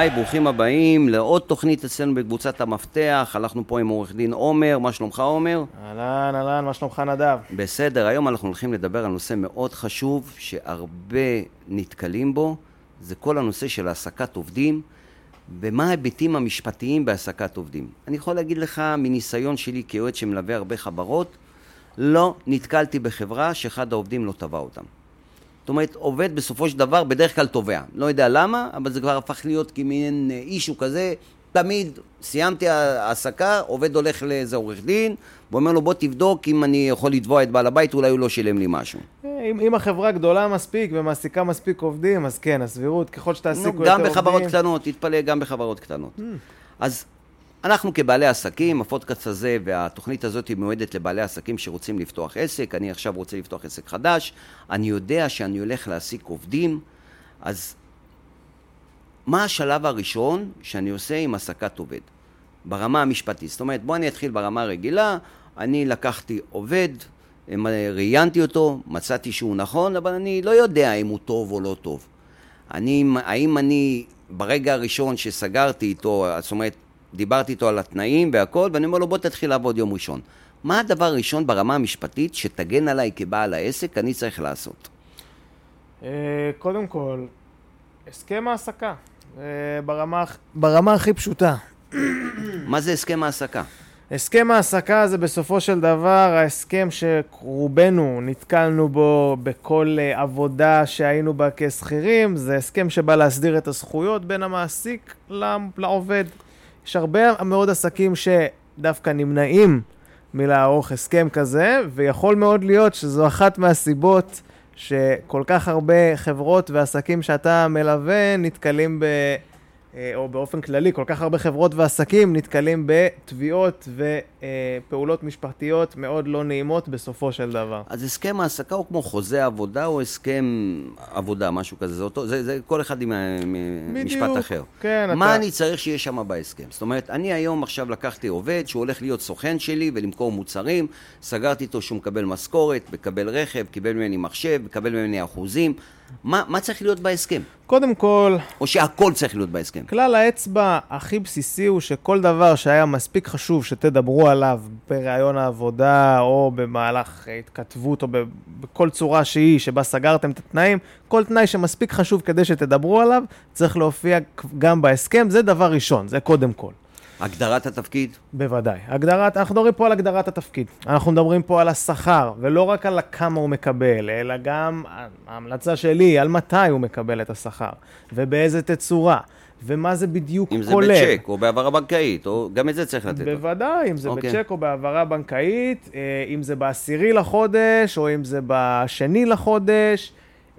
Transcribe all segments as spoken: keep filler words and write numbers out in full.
היי, ברוכים הבאים לעוד תוכנית אצלנו בקבוצת המפתח. הלכנו פה עם עורך דין עומר. מה שלומך עומר? אהלן, אהלן, מה שלומך נדב? בסדר, היום אנחנו הולכים לדבר על נושא מאוד חשוב שהרבה נתקלים בו. זה כל הנושא של העסקת עובדים ומה ההיבטים המשפטיים בהעסקת עובדים. אני יכול להגיד לך מניסיון שלי כיועץ שמלווה הרבה חברות, לא נתקלתי בחברה שאחד העובדים לא תבע אותם. זאת אומרת, עובד בסופו של דבר בדרך כלל תובע. לא יודע למה, אבל זה כבר הפך להיות כמין אישו כזה. תמיד סיימתי העסקה, עובד הולך לאיזה עורך דין, ואומר לו בוא תבדוק אם אני יכול לתבוע את בעל הבית, אולי הוא לא שילם לי משהו. אם, אם החברה גדולה מספיק ומעסיקה מספיק עובדים, אז כן, הסבירות, ככל שתעסיקו יותר עובדים... גם בחברות קטנות, תתפלא, גם בחברות קטנות. אז אנחנו כבעלי עסקים, הפודקאסט הזה והתוכנית הזאת היא מיועדת לבעלי עסקים שרוצים לפתוח עסק. אני עכשיו רוצה לפתוח עסק חדש, אני יודע שאני הולך להעסיק עובדים, אז מה השלב הראשון שאני עושה עם העסקת עובד? ברמה המשפטית. זאת אומרת, בוא אני אתחיל ברמה הרגילה, אני לקחתי עובד, ראיינתי אותו, מצאתי שהוא נכון, אבל אני לא יודע אם הוא טוב או לא טוב. אני, האם אני ברגע הראשון שסגרתי איתו, זאת אומרת, דיברתי איתו על התנאים והכל, ואני אומר לו בוא תתחיל לעבוד יום ראשון. מה הדבר הראשון ברמה המשפטית שתגן עליי כבעל העסק אני צריך לעשות? קודם כל, הסכם העסקה. ברמה, ברמה הכי פשוטה. מה זה הסכם העסקה? הסכם העסקה זה בסופו של דבר ההסכם שרובנו נתקלנו בו בכל עבודה שהיינו בה כשכירים. זה הסכם שבא להסדיר את הזכויות בין המעסיק לעובד. יש הרבה מאוד עסקים שדווקא נמנעים מלערוך הסכם כזה, ויכול מאוד להיות שזו אחת מהסיבות שכל כך הרבה חברות ועסקים שאתה מלווה נתקלים ב... או באופן כללי, כל כך הרבה חברות ועסקים נתקלים בתביעות ופעולות משפטיות מאוד לא נעימות בסופו של דבר. אז הסכם העסקה הוא כמו חוזה עבודה או הסכם עבודה, משהו כזה. זה, אותו, זה, זה כל אחד עם משפט אחר. כן, מה אתה... אני צריך שיהיה שם בהסכם? זאת אומרת, אני היום עכשיו לקחתי עובד שהוא הולך להיות סוכן שלי ולמכור מוצרים, סגרתי איתו שהוא מקבל משכורת, מקבל רכב, קיבל ממני מחשב, מקבל ממני אחוזים. מה, מה צריך להיות בהסכם? קודם כל... או שהכל צריך להיות בהסכם? כלל האצבע הכי בסיסי הוא שכל דבר שהיה מספיק חשוב שתדברו עליו ברעיון העבודה או במהלך התכתבות או בכל צורה שהיא שבה סגרתם את התנאים, כל תנאי שמספיק חשוב כדי שתדברו עליו צריך להופיע גם בהסכם. זה דבר ראשון, זה קודם כל. הגדרת התפקיד? בוודאי. הגדרת, אנחנו מדברים פה על הגדרת התפקיד. אנחנו מדברים פה על השכר, ולא רק על כמה הוא מקבל, אלא גם ההמלצה שלי על מתי הוא מקבל את השכר, ובאיזה תצורה, ומה זה בדיוק כולל. אם זה בצ'ק או בעברה בנקאית, או גם את זה צריך לתת. בוודאי, אם זה okay. בצ'ק או בעברה בנקאית, אם זה בעשירי לחודש, או אם זה בשני לחודש,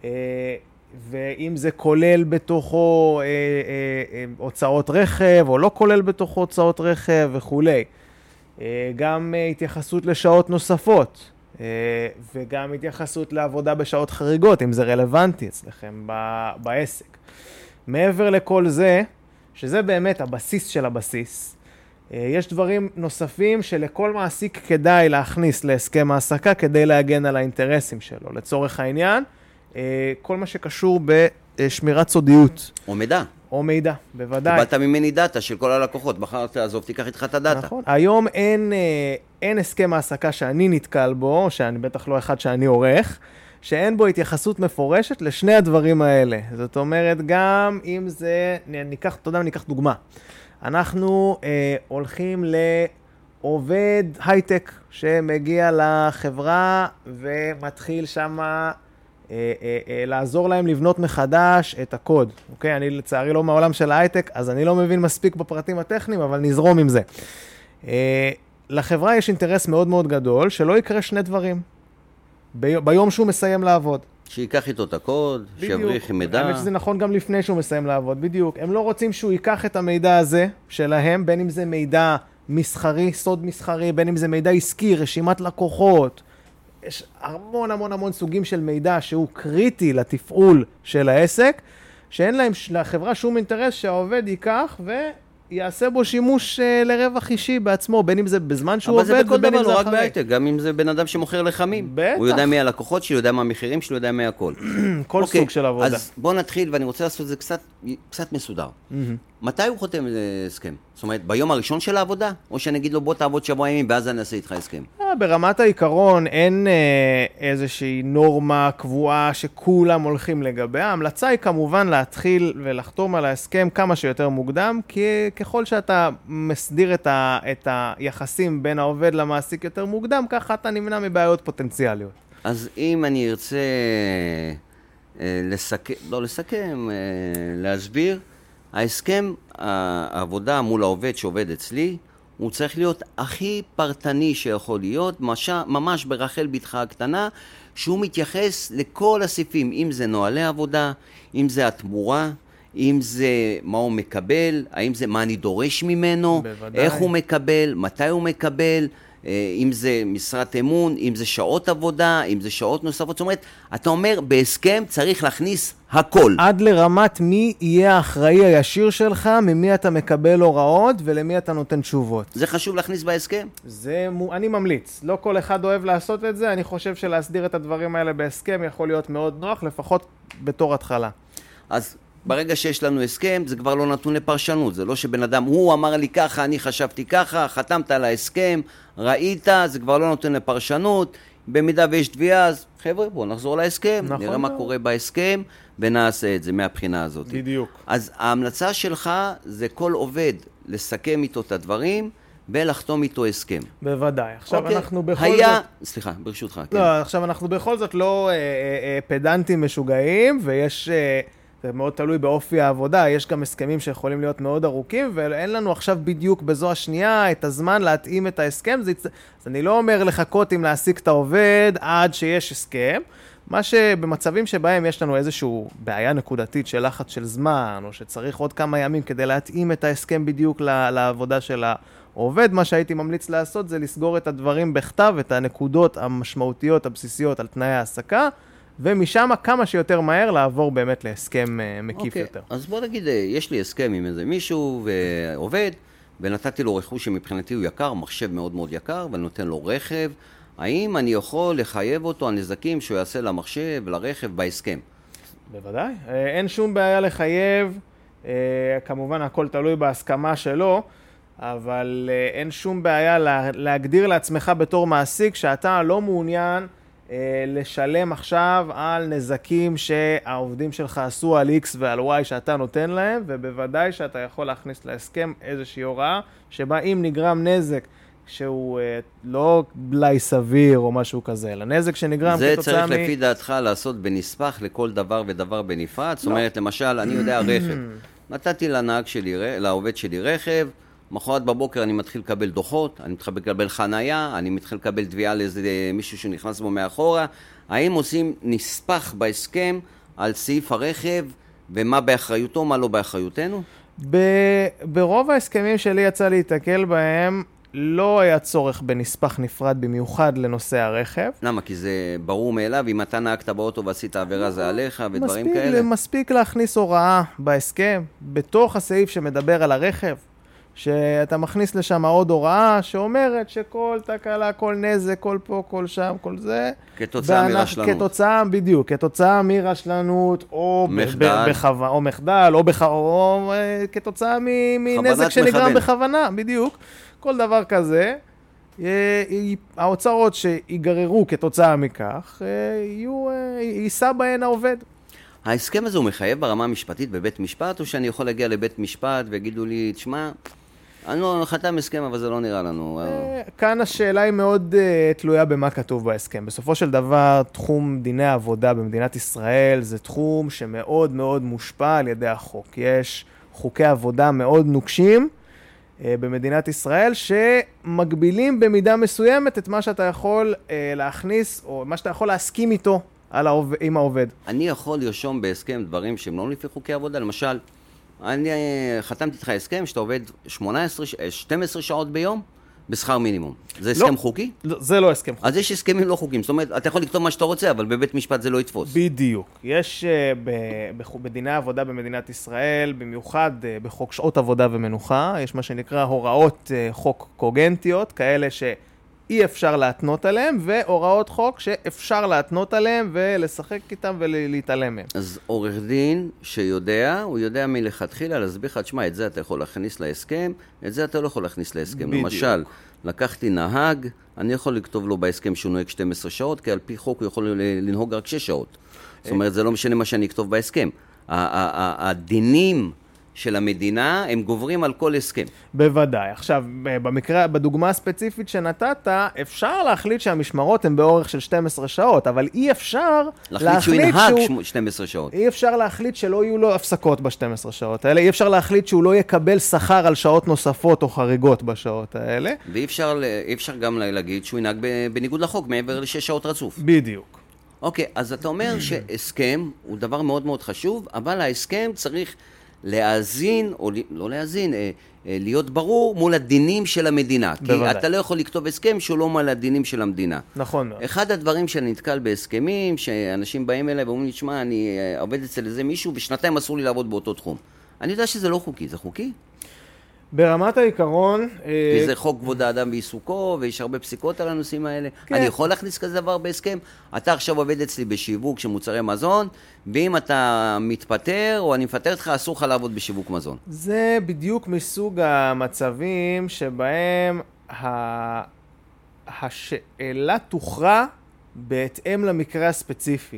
ואם זה כולל בתוכו אה, אה, אה, הוצאות רכב, או לא כולל בתוכו הוצאות רכב וכו'. אה, גם אה, התייחסות לשעות נוספות, אה, וגם התייחסות לעבודה בשעות חריגות, אם זה רלוונטי אצלכם ב- בעסק. מעבר לכל זה, שזה באמת הבסיס של הבסיס, אה, יש דברים נוספים שלכל מעסיק כדאי להכניס להסכם העסקה, כדי להגן על האינטרסים שלו. לצורך העניין, כל מה שקשור בשמירת סודיות. או מידע. או מידע, בוודאי. קיבלת ממני דאטה של כל הלקוחות, מחר תעזוב, תיקח איתך את הדאטה. נכון. היום אין, אין הסכם העסקה שאני נתקל בו, שאני בטח לא אחד שאני עורך, שאין בו התייחסות מפורשת לשני הדברים האלה. זאת אומרת, גם אם זה, ניקח, אתה יודע, ניקח דוגמה. אנחנו אה, הולכים לעובד הייטק שמגיע לחברה ומתחיל שמה... לעזור להם לבנות מחדש את הקוד. אוקיי? אני לצערי לא מהעולם של ההייטק, אז אני לא מבין מספיק בפרטים הטכניים, אבל נזרום עם זה. לחברה יש אינטרס מאוד מאוד גדול, שלא יקרה שני דברים. ביום שהוא מסיים לעבוד. שיקח איתו את הקוד, שיבריך עם מידע. האמת שזה נכון גם לפני שהוא מסיים לעבוד, בדיוק. הם לא רוצים שהוא ייקח את המידע הזה שלהם, בין אם זה מידע מסחרי, סוד מסחרי, בין אם זה מידע עסקי, רשימת לקוחות, יש המון המון המון סוגים של מידע שהוא קריטי לתפעול של העסק, שאין להם לחברה שום אינטרס שהעובד ייקח ויעשה בו שימוש לרווח אישי בעצמו, בין אם זה בזמן שהוא עובד, ובין אם זה אחרי. אבל זה בכל דבר, לא רק בהייטק, גם אם זה בן אדם שמוכר לחמים. בטח. הוא יודע מי הלקוחות שלו, יודע מה המחירים שלו, יודע מי הכל. כל סוג של עבודה. אז בוא נתחיל, ואני רוצה לעשות את זה קצת, קצת מסודר. מתי הוא חותם הסכם? זאת אומרת, ביום הראשון של העבודה? או שנגיד לו בוא תעבוד שבוע ימים ואז אני אעשה איתך הסכם? ברמת העיקרון אין אה, איזושהי נורמה קבועה שכולם הולכים לגביה. ההמלצה היא כמובן להתחיל ולחתום על ההסכם כמה שיותר מוקדם, כי ככל שאתה מסדיר את, ה, את היחסים בין העובד למעסיק יותר מוקדם, ככה אתה נמנע מבעיות פוטנציאליות. אז אם אני ארצה אה, לסכם, לא לסכם, אה, להסביר, ההסכם העבודה מול העובד שעובד אצלי, הוא צריך להיות הכי פרטני שיכול להיות, ממש ברחל בתך הקטנה, שהוא מתייחס לכל הסעיפים, אם זה נוהלי עבודה, אם זה התמורה, אם זה מה הוא מקבל, האם זה מה אני דורש ממנו, בוודאי. איך הוא מקבל, מתי הוא מקבל, אם זה משרת אמון, אם זה שעות עבודה, אם זה שעות נוספות. זאת אומרת, אתה אומר, בהסכם צריך להכניס הכל. עד לרמת מי יהיה האחראי הישיר שלך, ממי אתה מקבל הוראות ולמי אתה נותן תשובות. זה חשוב להכניס בהסכם? זה, אני ממליץ. לא כל אחד אוהב לעשות את זה. אני חושב שלהסדיר את הדברים האלה בהסכם יכול להיות מאוד נוח, לפחות בתור התחלה. אז ברגע שיש לנו הסכם, זה כבר לא נתון לפרשנות. זה לא שבן אדם, הוא אמר לי ככה, אני חשבתי ככה, חתמת על ההסכם, ראית, זה כבר לא נותן לפרשנות. במידה ויש תביעה, אז חבר'ה, בואו נחזור להסכם, נכון נראה מה קורה בהסכם, ונעשה את זה מהבחינה הזאת. בדיוק. אז ההמלצה שלך זה כל עובד לסכם איתו את הדברים, ולחתום איתו הסכם. בוודאי. עכשיו אוקיי. אנחנו בכל היה... זאת... סליחה, ברשותך. לא, כן. עכשיו אנחנו בכל זאת לא אה, אה, פדנטים משוגעים, ויש... אה, זה מאוד תלוי באופי העבודה, יש גם הסכמים שיכולים להיות מאוד ארוכים, ואין לנו עכשיו בדיוק בזו השנייה את הזמן להתאים את ההסכם. זה... אז אני לא אומר לחכות אם להעסיק את העובד עד שיש הסכם, מה שבמצבים שבהם יש לנו איזושהי בעיה נקודתית של לחץ של זמן, או שצריך עוד כמה ימים כדי להתאים את ההסכם בדיוק לעבודה של העובד, מה שהייתי ממליץ לעשות זה לסגור את הדברים בכתב, את הנקודות המשמעותיות הבסיסיות על תנאי העסקה, ומשם כמה שיותר מהר לעבור באמת להסכם מקיף okay. יותר. אז בוא נגיד, יש לי הסכם עם איזה מישהו ועובד, ונתתי לו רכוש שמבחינתי הוא יקר, מחשב מאוד מאוד יקר, ואני נותן לו רכב. האם אני יכול לחייב אותו על נזקים שהוא יעשה למחשב, לרכב, בהסכם? בוודאי. אין שום בעיה לחייב, כמובן הכל תלוי בהסכמה שלו, אבל אין שום בעיה להגדיר לעצמך בתור מעסיק שאתה לא מעוניין לשלם עכשיו על נזקים שהעובדים שלך עשו על X ועל Y שאתה נותן להם, ובוודאי שאתה יכול להכניס להסכם איזושהי הוראה שבה אם נגרם נזק שהוא לא בלי סביר או משהו כזה, אלא נזק שנגרם כתוצאה מ... זה צריך לפי דעתך לעשות בנספח לכל דבר ודבר בנפרד. זאת אומרת, למשל, אני יודע רכב. נתתי לנהג שלי, לעובד שלי רכב, מחרת בבוקר אני מתחיל לקבל דוחות, אני מתחיל לקבל חנייה, אני מתחיל לקבל תביעה לאיזה מישהו שנכנס בו מאחורה. האם עושים נספח בהסכם על סעיף הרכב, ומה באחריותו, מה לא באחריותנו? ב- ברוב ההסכמים שלי יצא להתקל בהם, לא היה צורך בנספח נפרד במיוחד לנושא הרכב. למה? כי זה ברור מאליו, אם אתה נהגת באוטו ועשית עבירה זה עליך ודברים מספיק, כאלה? מספיק להכניס הוראה בהסכם, בתוך הסעיף שמדבר על הרכב, שאתה מכניס לשם עוד הוראה שאומרת שכל תקלה, כל נזק, כל פה, כל שם, כל זה. כתוצאה מרשלנות. כתוצאה, בדיוק, כתוצאה מרשלנות, או מחדל. בחו... או מחדל, או, בח... או כתוצאה מנזק שנגרם מכוון. בכוונה, בדיוק. כל דבר כזה, ההוצאות שיגררו כתוצאה מכך, יהיו, יישא בהן העובד. ההסכם הזה הוא מחייב ברמה המשפטית בבית משפט, או שאני יכול להגיע לבית משפט ויגידו לי, תשמע, אני לא חתם הסכם, אבל זה לא נראה לנו. כאן השאלה היא מאוד uh, תלויה במה כתוב בהסכם. בסופו של דבר, תחום דיני העבודה במדינת ישראל זה תחום שמאוד מאוד מושפע על ידי החוק. יש חוקי עבודה מאוד נוקשים uh, במדינת ישראל, שמגבילים במידה מסוימת את מה שאתה יכול uh, להכניס, או מה שאתה יכול להסכים איתו על העובד, עם העובד. אני יכול לרשום בהסכם דברים שהם לא לפי חוקי עבודה. למשל, אני חתמתי איתך הסכם שאתה עובד שמונה עשרה, שתים עשרה שעות ביום בשכר מינימום. זה הסכם לא, חוקי? לא, זה לא הסכם חוקי. אז יש הסכמים לא חוקיים. זאת אומרת, אתה יכול לכתוב מה שאתה רוצה, אבל בבית משפט זה לא יתפוס. בדיוק. יש uh, ב, ב, בדיני העבודה במדינת ישראל, במיוחד uh, בחוק שעות עבודה ומנוחה, יש מה שנקרא הוראות uh, חוק קוגנטיות, כאלה ש... שאי אפשר להתנות עליהם, והוראות חוק שאפשר להתנות עליהם ולשחק איתם ולהתעלם מהם. אז עורך דין שיודע, הוא יודע מלכתחילה להסביר לך, תשמע, את זה אתה יכול להכניס להסכם, את זה אתה לא יכול להכניס להסכם. בדיוק. למשל, לקחתי נהג, אני יכול לכתוב לו בהסכם שהוא נוהג שתים עשרה שעות, כי על פי חוק הוא יכול לנהוג רק שש שעות. זאת אומרת, זה לא משנה מה שאני אכתוב בהסכם. הדינים של המדינה, הם גוברים על כל הסכם. בוודאי. עכשיו, במקרה, בדוגמה הספציפית שנתת, אפשר להחליט שהמשמרות הן באורך של שתים עשרה שעות, אבל אי אפשר להחליט שהוא ינהג שתים עשרה שעות. אי אפשר להחליט שלא יהיו לו הפסקות ב-שתים עשרה שעות האלה, אי אפשר להחליט שהוא לא יקבל שכר על שעות נוספות או חריגות בשעות האלה. ואי אפשר, אי אפשר גם להגיד שהוא ינהג בניגוד לחוק, מעבר לשש שעות רצוף. בדיוק. אוקיי, אז אתה אומר שהסכם הוא דבר מאוד מאוד חשוב, אבל ההסכם צריך להאזין, או לא להאזין, להיות ברור מול הדינים של המדינה. כי בוודאי. אתה לא יכול לכתוב הסכם שהוא לא מול הדינים של המדינה. נכון מאוד. אחד הדברים שאני נתקל בהסכמים, שאנשים באים אליי ואומרים לי, תשמע, אני עובד אצל איזה מישהו, ושנתיים אסור לי לעבוד באותו תחום. אני יודע שזה לא חוקי, זה חוקי? ברמת העיקרון... כי זה חוק כבוד האדם בעיסוקו, ויש הרבה פסיקות על הנושאים האלה. כן. אני יכול להכניס כזה דבר בהסכם? אתה עכשיו עובד אצלי בשיווק של מוצרי מזון, ואם אתה מתפטר, או אני מפטר אותך, אסור לך לעבוד בשיווק מזון. זה בדיוק מסוג המצבים שבהם ה... השאלה תוכרע בהתאם למקרה הספציפי.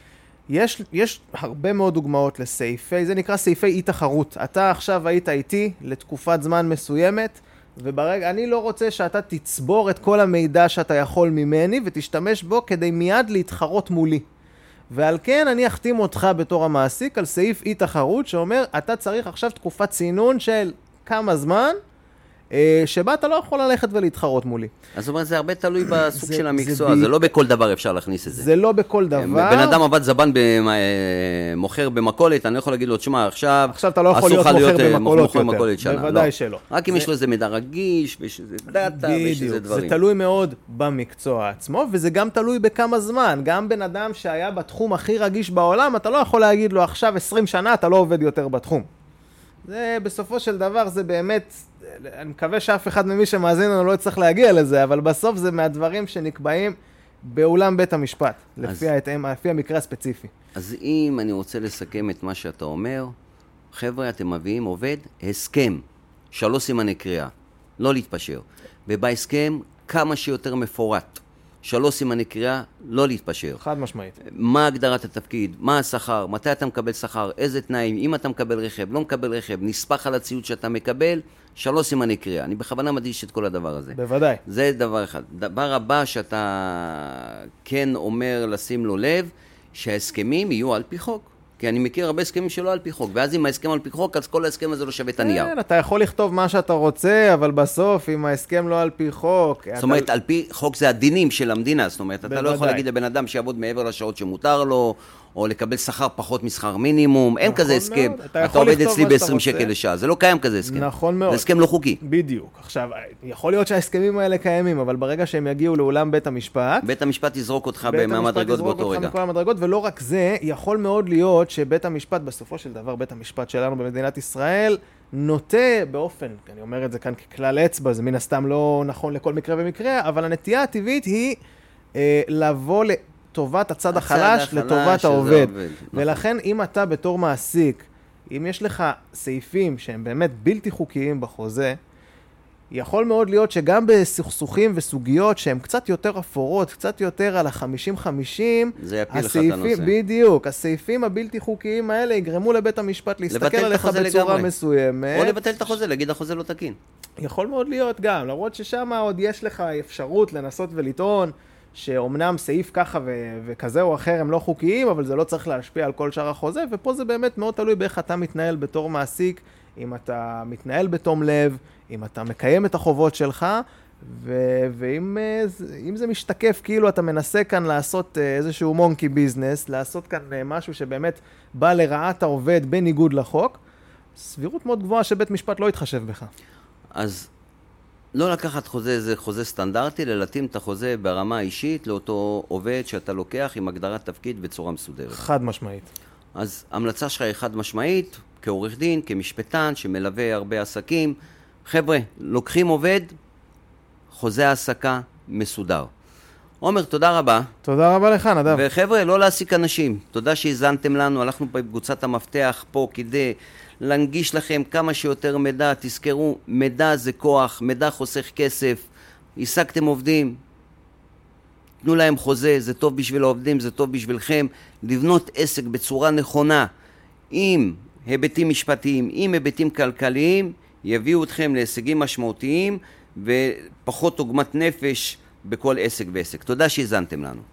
יש, יש הרבה מאוד דוגמאות לסעיפי, זה נקרא סעיפי אי תחרות. אתה עכשיו היית איתי לתקופת זמן מסוימת, וברגע, אני לא רוצה שאתה תצבור את כל המידע שאתה יכול ממני, ותשתמש בו כדי מיד להתחרות מולי. ועל כן אני אחתים אותך בתור המעסיק על סעיף אי תחרות, שאומר, אתה צריך עכשיו תקופת צינון של כמה זמן, שבה אתה לא יכול ללכת ולהתחרות מולי. אז זאת אומרת, זה הרבה תלוי בסוג של המקצוע, זה לא בכל דבר אפשר להכניס את זה. זה לא בכל דבר. בן אדם עבד זבן מוכר במכולת, אני לא יכול להגיד לו, תשמע, עכשיו עכשיו אתה לא יכול להיות מוכר במכולת יותר. בוודאי שלא. רק אם יש לו איזה מידע רגיש, ויש איזה דאטה, ויש איזה דברים. זה תלוי מאוד במקצוע עצמו, וזה גם תלוי בכמה זמן. גם בן אדם שהיה בתחום הכי רגיש בעולם, אתה לא יכול להגיד לו, עכשיו עשרים שנה אתה לא עובד יותר בתחום. זה בסופו של דבר, זה באמת, אני מקווה שאף אחד ממי שמאזין לנו לא יצטרך להגיע לזה, אבל בסוף זה מהדברים שנקבעים באולם בית המשפט, לפי, אז, התאם, לפי המקרה הספציפי. אז אם אני רוצה לסכם את מה שאתה אומר, חבר'ה, אתם מביאים עובד, הסכם, שלוש סימני קריאה, לא להתפשר. ובהסכם, כמה שיותר מפורט. שלוש סימני קריאה, לא להתפשר. חד משמעית. מה הגדרת התפקיד, מה השכר, מתי אתה מקבל שכר, איזה תנאים, אם אתה מקבל רכב, לא מקבל רכב, נספח על הציוד שאתה מקבל, שלוש סימני קריאה. אני בכוונה מדגיש את כל הדבר הזה. בוודאי. זה דבר אחד. דבר הבא שאתה כן אומר לשים לו לב, שההסכמים יהיו על פי חוק. כי אני מכיר הרבה הסכמים שלא על פי חוק, ואז אם ההסכם על פי חוק, אז כל ההסכם הזה לא שווה את הנייר. כן, אתה יכול לכתוב מה שאתה רוצה, אבל בסוף, אם ההסכם לא על פי חוק... זאת אומרת, על פי חוק זה הדינים של המדינה, זאת אומרת, אתה לא יכול להגיד לבן אדם שיעבוד מעבר לשעות שמותר לו, או לקבל שכר פחות משכר מינימום, אין כזה הסכם. אתה עובד אצלי ב-עשרים שקל לשעה, זה לא קיים כזה הסכם. נכון מאוד. זה הסכם לא חוקי. בדיוק. עכשיו, יכול להיות שההסכמים האלה קיימים, אבל ברגע שהם יגיעו לאולם בית המשפט, בית המשפט יזרוק אותך מהמדרגות באותו רגע. מכל המדרגות, ולא רק זה, יכול מאוד להיות שבית המשפט, בסופו של דבר, בית המשפט שלנו במדינת ישראל, נוטה באופן, אני אומר את זה כאן ככלל אצבע, זה מן הסתם לא נכון לכל מקרה ומקרה, אבל הנטייה הטבעית היא אה, לבוא לטובת הצד החלש, לטובת העובד. ולכן, אם אתה בתור מעסיק, אם יש לך סעיפים שהם באמת בלתי חוקיים בחוזה, יכול מאוד להיות שגם בסכסוכים וסוגיות שהן קצת יותר אפורות, קצת יותר על ה-חמישים חמישים, זה יפיל לך את הנושא. בדיוק, הסעיפים הבלתי חוקיים האלה יגרמו לבית המשפט להסתכל עליך בצורה מסוימת. או לבטל את החוזה, להגיד החוזה לא תקין. יכול מאוד להיות גם, למרות ששם עוד יש לך אפשרות לנסות ולטעון, שאומנם סעיף ככה ו- וכזה או אחר הם לא חוקיים, אבל זה לא צריך להשפיע על כל שאר החוזה, ופה זה באמת מאוד תלוי באיך אתה מתנהל בתור מעסיק, אם אתה מתנהל בתום לב, אם אתה מקיים את החובות שלך, ו- ואם אם זה משתקף כאילו אתה מנסה כאן לעשות איזשהו מונקי ביזנס, לעשות כאן משהו שבאמת בא לרעת העובד בניגוד לחוק, סבירות מאוד גבוהה שבית משפט לא יתחשב בך. אז לא לקחת חוזה, איזה חוזה סטנדרטי, ללתים את החוזה ברמה האישית לאותו עובד שאתה לוקח עם הגדרת תפקיד בצורה מסודרת. חד משמעית. אז המלצה שלך היא חד משמעית, כעורך דין, כמשפטן, שמלווה הרבה עסקים. חבר'ה, לוקחים עובד, חוזה העסקה, מסודר. עומר, תודה רבה. תודה רבה לך, נדב. וחבר'ה, לא להעסיק אנשים. תודה שהזנתם לנו, הלכנו פה בקבוצת המפתח פה כדי להנגיש לכם כמה שיותר מידע. תזכרו, מידע זה כוח, מידע חוסך כסף. העסקתם עובדים, תנו להם חוזה, זה טוב בשביל העובדים, זה טוב בשבילכם. לבנות עסק בצורה נכונה, עם היבטים משפטיים, עם היבטים כלכליים, יביאו אתכם להישגים משמעותיים ופחות עוגמת נפש בכל עסק ועסק. תודה שהזנתם לנו.